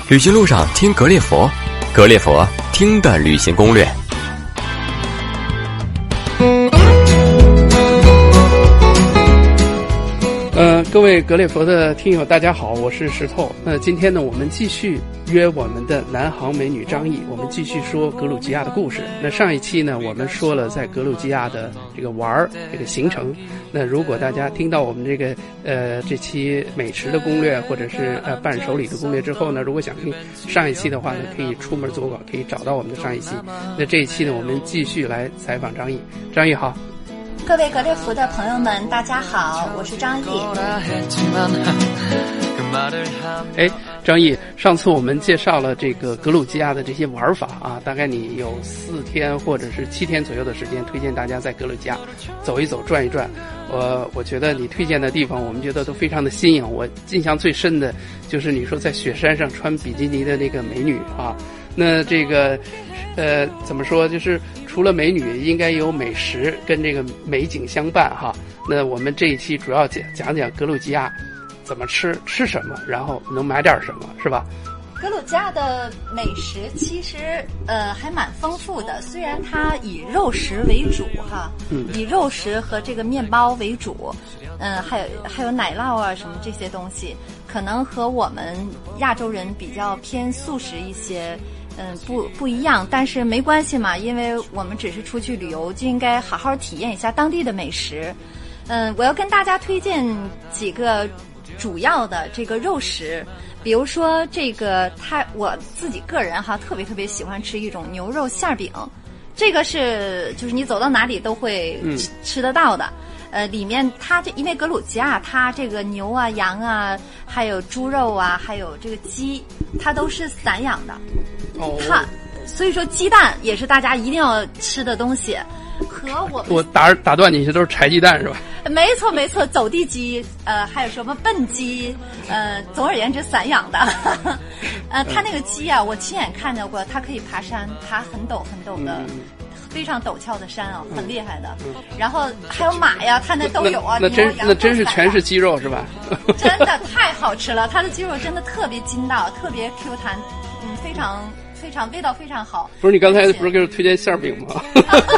旅行路上听格列佛，格列佛听的旅行攻略。 各位格列佛的听友大家好，我是石头。今天呢，我们继续约我们的南航美女张毅，我们继续说格鲁吉亚的故事。那上一期呢，我们说了在格鲁吉亚的这个玩这个行程。那如果大家听到我们这个这期美食的攻略或者是伴手礼的攻略之后呢，如果想听上一期的话呢，可以出门左拐，可以找到我们的上一期。那这一期呢，我们继续来采访张毅。张毅好。 各位格列佛的朋友们大家好，我是张毅。 张毅，上次我们介绍了这个格鲁吉亚的这些玩法啊，大概你有4天或者是7天左右的时间，推荐大家在格鲁吉亚走一走转一转。我觉得你推荐的地方我们觉得都非常的新颖，我印象最深的就是你说在雪山上穿比基尼的那个美女啊。那这个怎么说，就是除了美女应该有美食跟这个美景相伴哈。那我们这一期主要讲讲格鲁吉亚怎么吃什么，然后能买点什么，是吧？ 格鲁吉亚的美食其实还蛮丰富的，虽然它以肉食为主哈，以肉食和这个面包为主，还有奶酪啊什么这些东西，可能和我们亚洲人比较偏素食一些。不一样，但是没关系嘛，因为我们只是出去旅游，就应该好好体验一下当地的美食。我要跟大家推荐几个主要的这个肉食，比如说这个我自己个人哈特别喜欢吃一种牛肉馅饼，这个是就是你走到哪里都会吃得到的。里面它因为格鲁吉亚它这个牛啊、羊啊，还有猪肉啊，还有这个鸡，它都是散养的。所以说鸡蛋也是大家一定要吃的东西。和我打断你，这都是柴鸡蛋是吧？ 没错，走地鸡，还有什么笨鸡，总而言之散养的。它那个鸡啊，我亲眼看到过，它可以爬山，爬很陡的。非常陡峭的山啊，很厉害的。然后还有马呀，它那都有啊。 那真是全是鸡肉是吧？ 真的太好吃了，它的鸡肉真的特别筋道，特别 Q 弹，非常味道非常好。 不是你刚才不是给我推荐馅饼吗？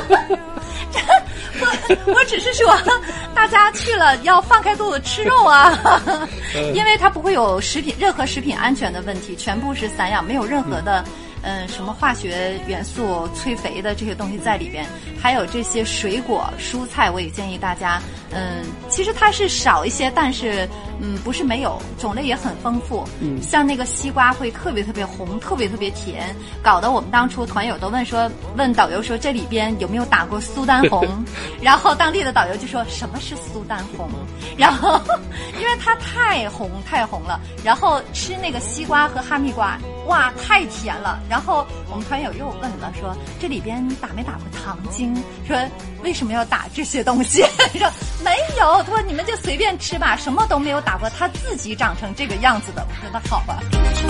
我只是说大家去了要放开肚子吃肉啊，因为它不会有任何食品安全的问题，全部是散养，没有任何的什么化学元素催肥的这些东西在里边，还有这些水果蔬菜，我也建议大家其实它是少一些，但是不是没有，种类也很丰富。像那个西瓜会特别红，特别甜，搞得我们当初团友都问导游说这里边有没有打过苏丹红，然后当地的导游就说什么是苏丹红，然后因为它太红了，然后吃那个西瓜和哈密瓜，哇太甜了，然后我们团友又问了说这里边打没打过糖精，说为什么要打这些东西，说没有，他说你们就随便吃吧，什么都没有打过，它自己长成这个样子的。我觉得好吧。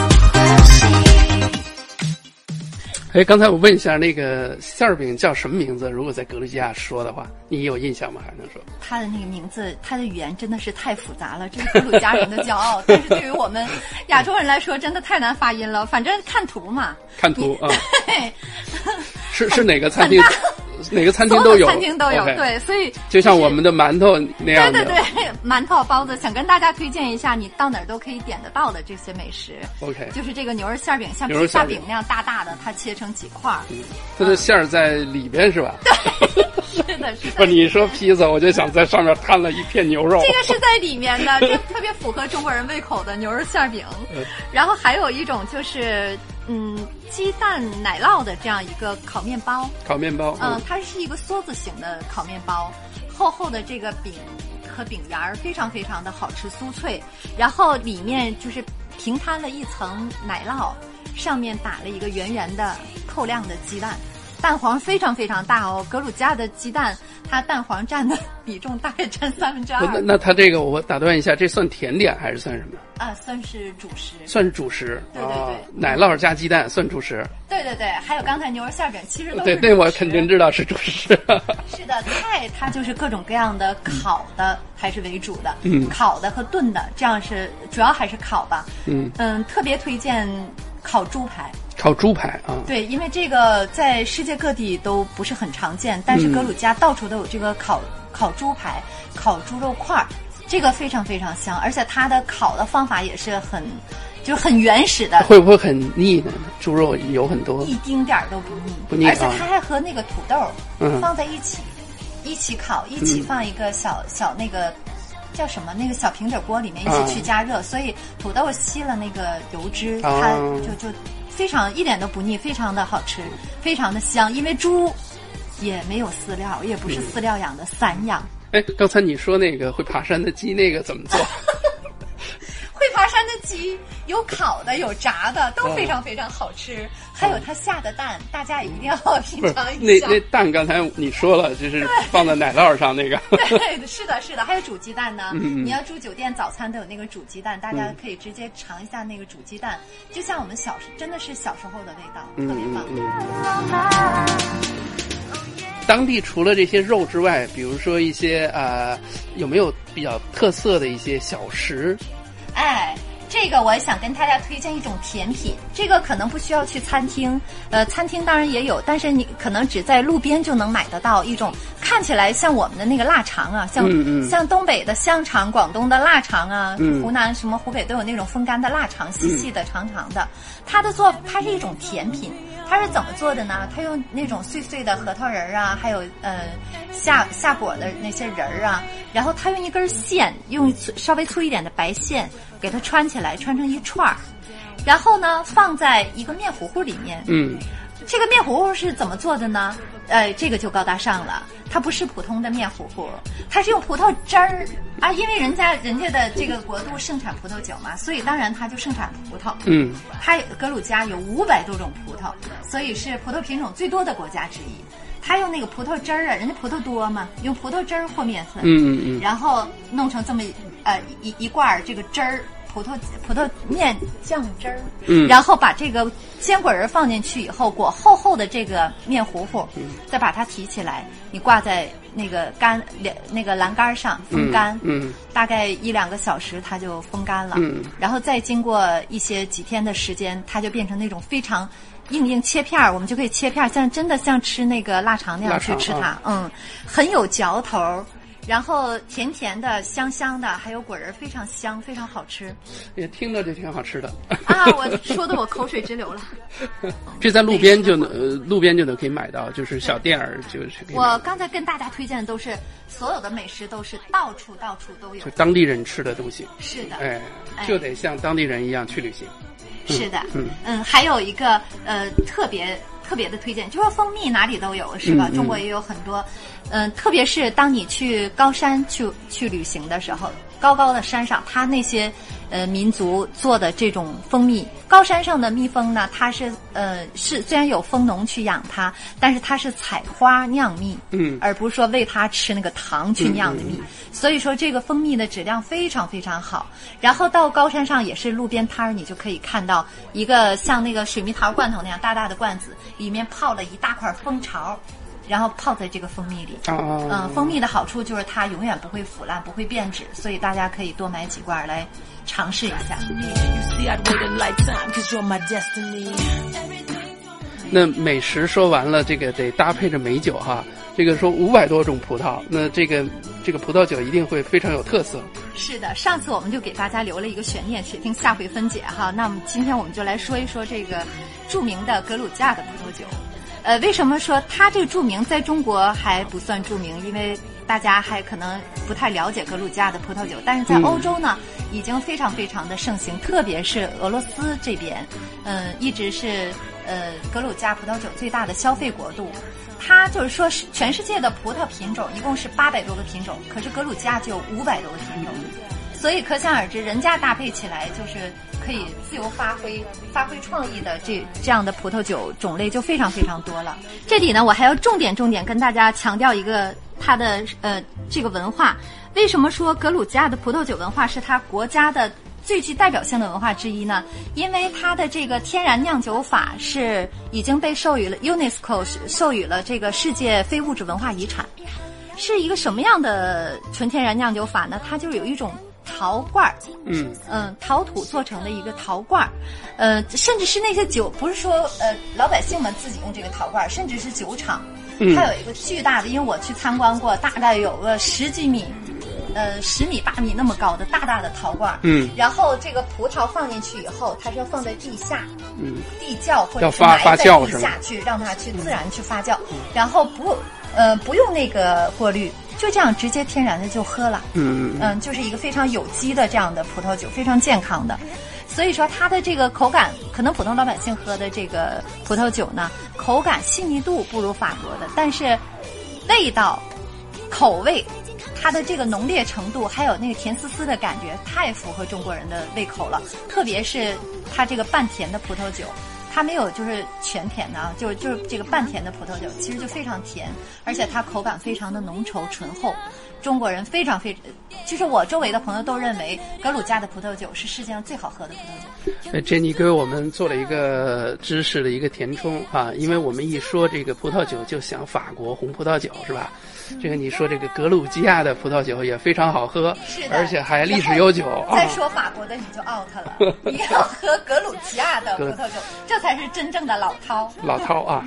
刚才我问一下那个馅饼叫什么名字，如果在格鲁吉亚说的话你有印象吗？还能说他的那个名字，他的语言真的是太复杂了，这是格鲁吉亚人的骄傲但是对于我们亚洲人来说真的太难发音了，反正看图嘛， 看图啊。是哪个餐厅？哪个餐厅都有， 餐厅都有， okay. 对，所以就像我们的馒头那样的。 对，馒头包子，想跟大家推荐一下，你到哪儿都可以点得到的这些美食。 OK， 就是这个牛肉馅饼，像披萨饼那样大的，它切成几块。 它的馅儿在里边是吧？ 对，是的。 不，你说披萨，我就想在上面摊了一片牛肉。 这个是在里面的，这特别符合中国人胃口的牛肉馅饼。然后还有一种就是鸡蛋奶酪的这样一个烤面包，它是一个梭子形的烤面包，厚的这个饼和饼沿儿非常的好吃酥脆，然后里面就是平摊了一层奶酪，上面打了一个圆的透亮的鸡蛋，蛋黄非常大哦。格鲁吉亚的鸡蛋它蛋黄占的比重大概占2/3。 那它这个我打断一下，这算甜点还是算什么？ 算是主食。 算是主食。 对。 奶酪加鸡蛋算主食。 对，还有刚才牛肉馅饼，其实都是对，我肯定知道是主食。 是的，菜它就是各种各样的烤的还是为主的，烤的和炖的，这样是主要还是烤吧。特别推荐烤猪排。 烤猪排啊， 对，因为这个在世界各地都不是很常见，但是格鲁吉亚到处都有这个烤猪排、烤猪肉块，这个非常非常香，而且它的烤的方法也是就是很原始的。 会不会很腻呢？猪肉有很多， 一丁点儿都不腻，而且它还和那个土豆放在一起烤，一起放一个小那个叫什么那个小平底锅里面一起去加热，所以土豆吸了那个油脂，它就非常一点都不腻，非常的好吃，非常的香。因为猪也没有饲料，也不是饲料养的，散养。 哎，刚才你说那个会爬山的鸡，那个怎么做？ 会爬山的鸡有烤的，有炸的，都非常非常好吃。还有它下的蛋，大家也一定要品尝一下。 那蛋刚才你说了，就是放在奶酪上那个。 对，是的，还有煮鸡蛋呢。你要住酒店早餐都有那个煮鸡蛋，大家可以直接尝一下那个煮鸡蛋，就像我们真的是小时候的味道，特别棒。 当地除了这些肉之外，比如说一些有没有比较特色的一些小食？ 哎，这个我也想跟大家推荐一种甜品，这个可能不需要去餐厅，餐厅当然也有，但是你可能只在路边就能买得到一种看起来像我们的那个腊肠啊，像东北的香肠、广东的腊肠啊，湖南什么湖北都有那种风干的腊肠，细细的、长长的。它是一种甜品，它是怎么做的呢？它用那种碎碎的核桃仁啊，还有下果的那些仁啊，然后它用一根线，用稍微粗一点的白线给它穿起来，穿成一串儿，然后呢放在一个面糊糊里面。这个面糊糊是怎么做的呢？这个就高大上了，它不是普通的面糊糊，它是用葡萄汁儿啊，因为人家的这个国度盛产葡萄酒嘛，所以当然它就盛产葡萄。它格鲁吉亚有500多种葡萄，所以是葡萄品种最多的国家之一。它用那个葡萄汁儿啊，人家葡萄多嘛，用葡萄汁儿和面粉，然后弄成这么一罐这个汁儿。葡萄面酱汁儿，然后把这个坚果仁放进去以后，裹厚厚的这个面糊糊，再把它提起来，你挂在那个栏杆上风干，大概1-2个小时它就风干了，然后再经过几天的时间，它就变成那种非常硬切片儿，我们就可以切片儿，真的像吃那个腊肠那样去吃它，很有嚼头。然后甜甜的、香香的，还有果仁非常香，非常好吃。 也听着就挺好吃的啊！我说的我口水直流了。 这在路边就能可以买到，就是小店儿就是可以买到。 我刚才跟大家推荐的都是所有的美食，都是到处都有， 就当地人吃的东西。 是的， 就得像当地人一样去旅行。 是的，还有一个特别的推荐，就是蜂蜜哪里都有，是吧？中国也有很多，特别是当你去高山去旅行的时候，高高的山上，它那些民族做的这种蜂蜜，高山上的蜜蜂呢，它是虽然有蜂农去养它，但是它是采花酿蜜，而不是说喂它吃那个糖去酿的蜜，所以说这个蜂蜜的质量非常非常好。然后到高山上也是路边摊儿，你就可以看到一个像那个水蜜桃罐头那样大大的罐子，里面泡了一大块蜂巢。然后泡在这个蜂蜜里，蜂蜜的好处就是它永远不会腐烂，不会变质，所以大家可以多买几罐来尝试一下。 那美食说完了，这个得搭配着美酒哈。这个说500多种葡萄，那这个葡萄酒一定会非常有特色。 是的，上次我们就给大家留了一个悬念，且听下回分解哈。那么今天我们就来说一说这个著名的格鲁吉亚的葡萄酒。为什么说它这个著名，在中国还不算著名？因为大家还可能不太了解格鲁吉亚的葡萄酒，但是在欧洲呢，已经非常非常的盛行，特别是俄罗斯这边，一直是格鲁吉亚葡萄酒最大的消费国度。它就是说，全世界的葡萄品种一共是800多个品种，可是格鲁吉亚就有500多个品种，所以可想而知，人家搭配起来就是可以自由发挥创意的这样的葡萄酒种类就非常非常多了。这里呢，我还要重点跟大家强调一个它的这个文化。为什么说格鲁吉亚的葡萄酒文化是它国家的最具代表性的文化之一呢？因为它的这个天然酿酒法是已经被授予了 UNESCO 授予了这个世界非物质文化遗产。是一个什么样的纯天然酿酒法呢？它就是有一种陶罐，陶土做成的一个陶罐，甚至是那些酒，不是说老百姓们自己用这个陶罐，甚至是酒厂，它有一个巨大的，因为我去参观过，大概有个10几米。10米8米那么高的大大的陶罐，然后这个葡萄放进去以后，它是要放在地下，地窖或者是埋在地下去，让它去自然去发酵，然后不用那个过滤，就这样直接天然的就喝了，就是一个非常有机的这样的葡萄酒，非常健康的。所以说它的这个口感，可能普通老百姓喝的这个葡萄酒呢，口感细腻度不如法国的，但是味道、口味。它的这个浓烈程度，还有那个甜丝丝的感觉，太符合中国人的胃口了。特别是它这个半甜的葡萄酒，它没有就是全甜的啊，就是这个半甜的葡萄酒，其实就非常甜，而且它口感非常的浓稠醇厚。中国人非常，就是我周围的朋友都认为格鲁吉亚的葡萄酒是世界上最好喝的葡萄酒。 珍妮给我们做了一个知识的一个填充啊，因为我们一说这个葡萄酒就想法国红葡萄酒是吧？这个你说这个格鲁吉亚的葡萄酒也非常好喝， 是的， 而且还历史悠久。 再说法国的你就 out 了，你要喝格鲁吉亚的葡萄酒，这才是真正的老饕。 老饕啊。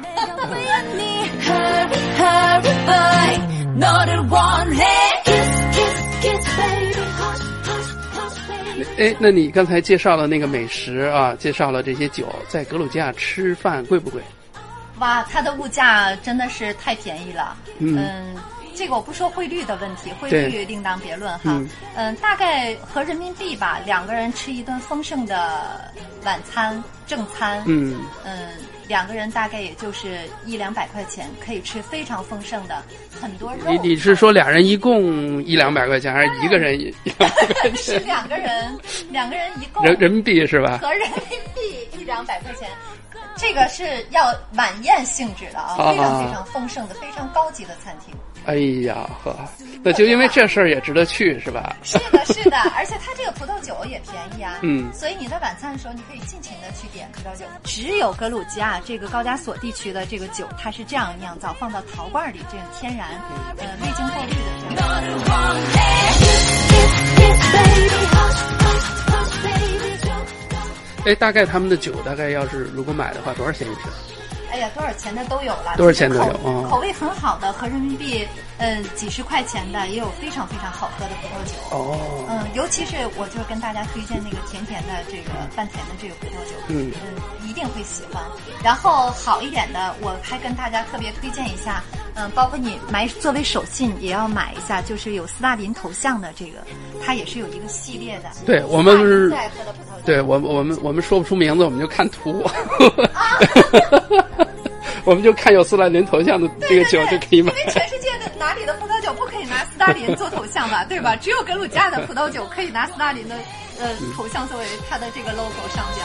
哎，那你刚才介绍了那个美食啊，介绍了这些酒，在格鲁吉亚吃饭贵不贵？ 哇，它的物价真的是太便宜了。这个我不说汇率的问题，汇率另当别论哈。大概合人民币吧，2个人吃一顿丰盛的晚餐正餐。2个人大概也就是100-200块钱，可以吃非常丰盛的很多肉。你是说2人一共100-200块钱，还是一个人100块钱？ 是2个人一共人民币是吧？ 合人民币100-200块钱。这个是要晚宴性质的啊，非常非常丰盛的、非常高级的餐厅。 哎呀呵，那就因为这事儿也值得去是吧？ 是的，是的，而且它这个葡萄酒也便宜啊。所以你在晚餐的时候，你可以尽情的去点葡萄酒。只有格鲁吉亚这个高加索地区的这个酒，它是这样酿造，放到陶罐里，这种天然未经过滤的这样。 哎，大概他们的酒大概要是如果买的话，多少钱一瓶？ 哎呀，多少钱的都有了， 多少钱都有。 口味很好的，合人民币几十块钱的，也有非常非常好喝的葡萄酒。尤其是我就跟大家推荐那个甜甜的这个半甜的这个葡萄酒，一定会喜欢。然后好一点的，我还跟大家特别推荐一下，包括你作为手信也要买一下，就是有斯大林头像的这个，它也是有一个系列的。 对，我们最爱喝的葡萄酒。 对，我们说不出名字，我们就看图。我们就看有斯大林头像的这个酒就可以买。 因为全世界的哪里的葡萄酒不可以拿斯大林做头像吧，对吧？只有格鲁吉亚的葡萄酒可以拿斯大林的头像作为它的这个 logo 上标。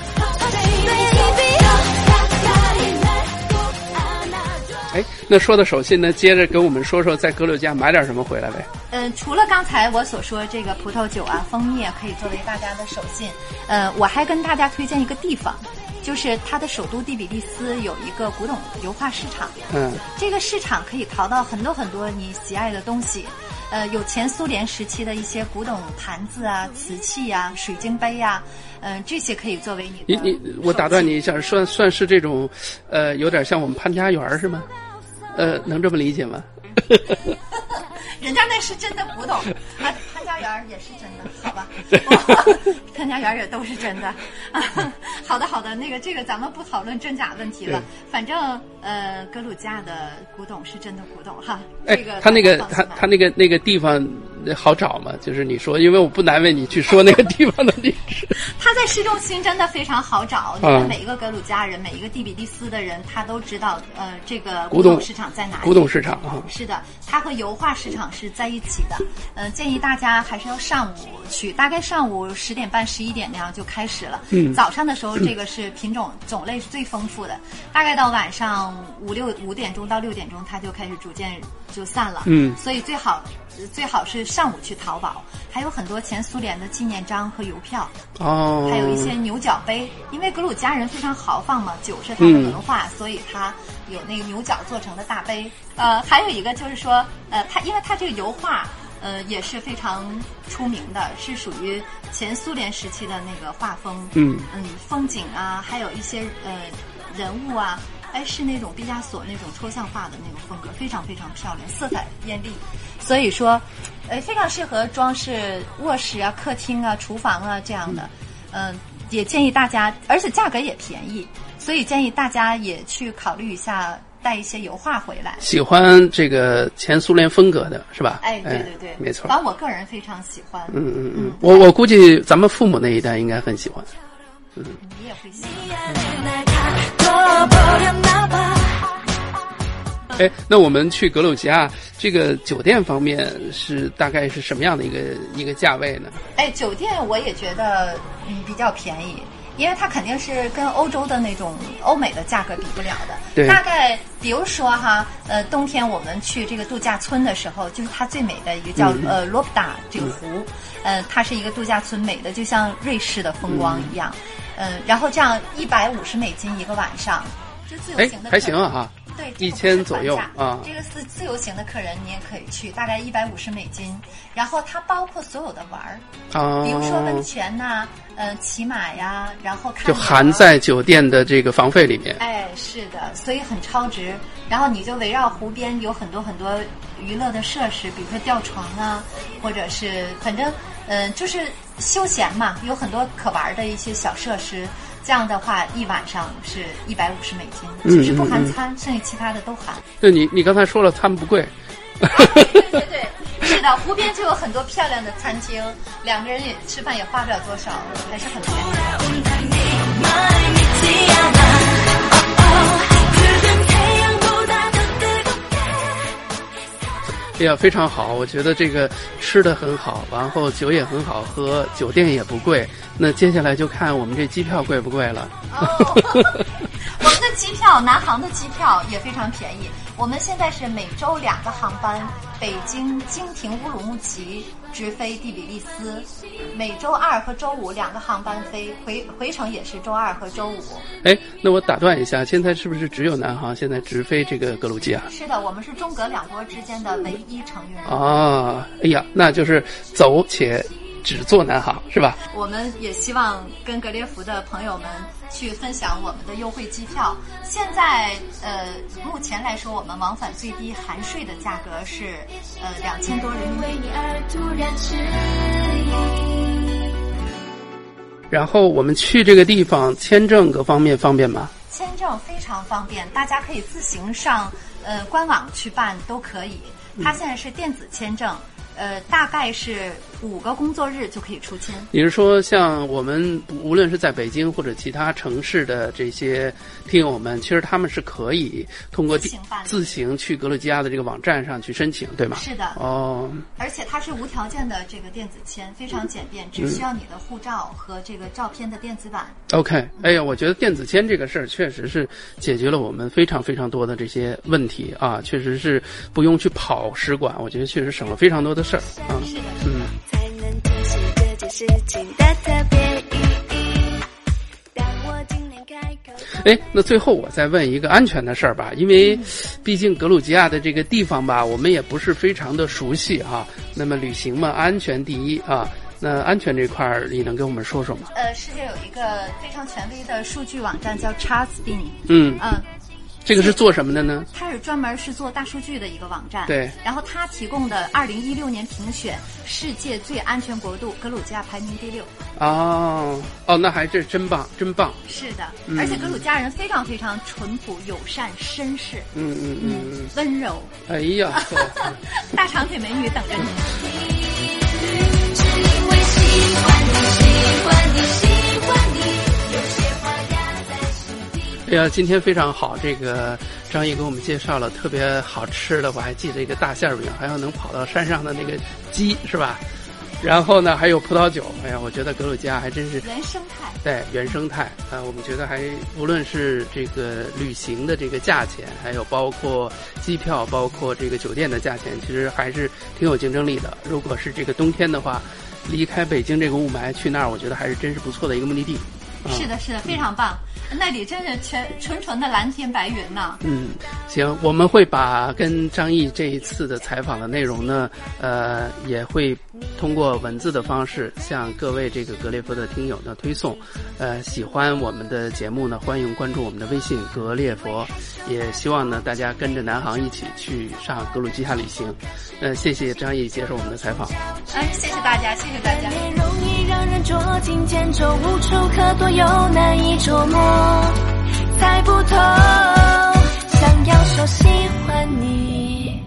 哎，那说的手信呢，接着跟我们说说在格鲁吉亚买点什么回来呗。 除了刚才我所说这个葡萄酒啊、蜂蜜可以作为大家的手信，我还跟大家推荐一个地方。就是它的首都第比利斯有一个古董油画市场，这个市场可以淘到很多很多你喜爱的东西，有前苏联时期的一些古董盘子啊、瓷器啊、水晶杯啊，这些可以作为你的。 我打断你一下，算是这种，有点像我们潘家园是吗？能这么理解吗？ 人家那是真的古董啊，潘家园也是真的，好吧？潘家园也都是真的。好的，这个咱们不讨论真假问题了。反正格鲁吉亚的古董是真的古董哈。这个他那个地方好找吗？就是你说，因为我不难为你去说那个地方的地址。 他在市中心真的非常好找，你看每一个格鲁吉亚人，每一个第比利斯的人，他都知道这个古董市场在哪里。 古董市场啊， 是的，它和油画市场是在一起的。建议大家还是要上午去，大概上午10点半、11点那样就开始了。早上的时候这个是品种类是最丰富的，大概到晚上5点钟到6点钟，它就开始逐渐就散了。所以最好是上午去淘宝，还有很多前苏联的纪念章和邮票。还有一些牛角杯，因为格鲁吉亚人非常豪放嘛，酒是他的文化，所以他有那个牛角做成的大杯。还有一个就是说，因为它这个油画也是非常出名的，是属于前苏联时期的那个画风，风景啊，还有一些人物啊，是那种毕加索那种抽象画的那种风格，非常非常漂亮，色彩艳丽，所以说，非常适合装饰卧室啊、客厅啊、厨房啊这样的，也建议大家，而且价格也便宜，所以建议大家也去考虑一下。带一些油画回来， 喜欢这个前苏联风格的是吧？ 对对对， 没错。 反正我个人非常喜欢。 我估计咱们父母那一代应该很喜欢。 你也会喜欢。那我们去格鲁吉亚这个酒店方面是大概是什么样的一个价位呢？ 酒店我也觉得比较便宜。因为它肯定是跟欧洲的那种欧美的价格比不了的。 对。 大概比如说哈，冬天我们去这个度假村的时候，就是它最美的一个叫罗布达这个湖，它是一个度假村，美的就像瑞士的风光一样。然后这样$150一个晚上，就自由行的还行啊哈。 对 ，1000左右啊。 这个是自由行的客人，你也可以去，大概$150。然后它包括所有的玩儿，比如说温泉呐，骑马呀，然后看。就含在酒店的这个房费里面。 是的，所以很超值。然后你就围绕湖边有很多很多娱乐的设施，比如说吊床啊，或者是反正就是休闲嘛，有很多可玩的一些小设施。这样的话，一晚上是$150，就是不含餐，剩下其他的都含。 对，你刚才说了，餐不贵。 对，是的，湖边就有很多漂亮的餐厅，两个人也吃饭也花不了多少，还是很便宜。 哎呀，非常好！我觉得这个吃的很好，然后酒也很好喝，酒店也不贵。那接下来就看我们这机票贵不贵了。 我们的机票，南航的机票也非常便宜。我们现在是每周2个航班，北京经停乌鲁木齐直飞第比利斯，每周2和周52个航班飞，回程也是周2和周5。 那我打断一下，现在是不是只有南航现在直飞这个格鲁吉亚？ 是的，我们是中格两国之间的唯一承运人。 哎呀，那就是走且只坐南航是吧？ 我们也希望跟格列佛的朋友们去分享我们的优惠机票。现在目前来说，我们往返最低含税的价格是2000多人民币。 然后我们去这个地方，签证各方面方便吗？ 签证非常方便，大家可以自行上官网去办都可以。它现在是电子签证。大概是5个工作日就可以出签。 你是说，像我们无论是在北京或者其他城市的这些听友们，其实他们是可以通过自行去格鲁吉亚的这个网站上去申请，对吗？ 是的。而且它是无条件的这个电子签，非常简便，只需要你的护照和这个照片的电子版。 OK， 哎呀，我觉得电子签这个事儿确实是解决了我们非常非常多的这些问题啊，确实是不用去跑使馆，我觉得确实省了非常多的事儿啊。 是的， 才能体现这件事情的特别意义。当我今天开口， 那最后我再问一个安全的事儿吧，因为毕竟格鲁吉亚的这个地方吧，我们也不是非常的熟悉啊。那么旅行嘛，安全第一啊。那安全这块儿，你能跟我们说说吗？ 世界有一个非常权威的数据网站叫 Trustbeam。 这个是做什么的呢？ 它是专门是做大数据的一个网站。 对。 然后它提供的2016年评选世界最安全国度，格鲁吉亚排名第6。 那还是真棒，真棒。 是的，而且格鲁吉亚人非常非常淳朴、友善、绅士。温柔。 哎呀， 大长腿美女等着你。 哎呀，今天非常好，这个张毅给我们介绍了特别好吃的，我还记得一个大馅饼，还有能跑到山上的那个鸡，是吧？然后呢，还有葡萄酒。哎呀，我觉得格鲁吉亚还真是原生态。 对，原生态啊，我们觉得还无论是这个旅行的这个价钱，还有包括机票，包括这个酒店的价钱，其实还是挺有竞争力的。如果是这个冬天的话，离开北京这个雾霾去那儿，我觉得还是真是不错的一个目的地。 是的，是的，非常棒。那里真是纯纯的蓝天白云呐。 行，我们会把跟张毅这一次的采访的内容呢，也会通过文字的方式向各位这个格列佛的听友呢推送。喜欢我们的节目呢，欢迎关注我们的微信格列佛，也希望呢大家跟着南航一起去上格鲁吉亚旅行。谢谢张毅接受我们的采访。 谢谢大家，谢谢大家。 容易让人捉襟见肘，无处可躲又难以捉摸，猜不透，想要说喜欢你。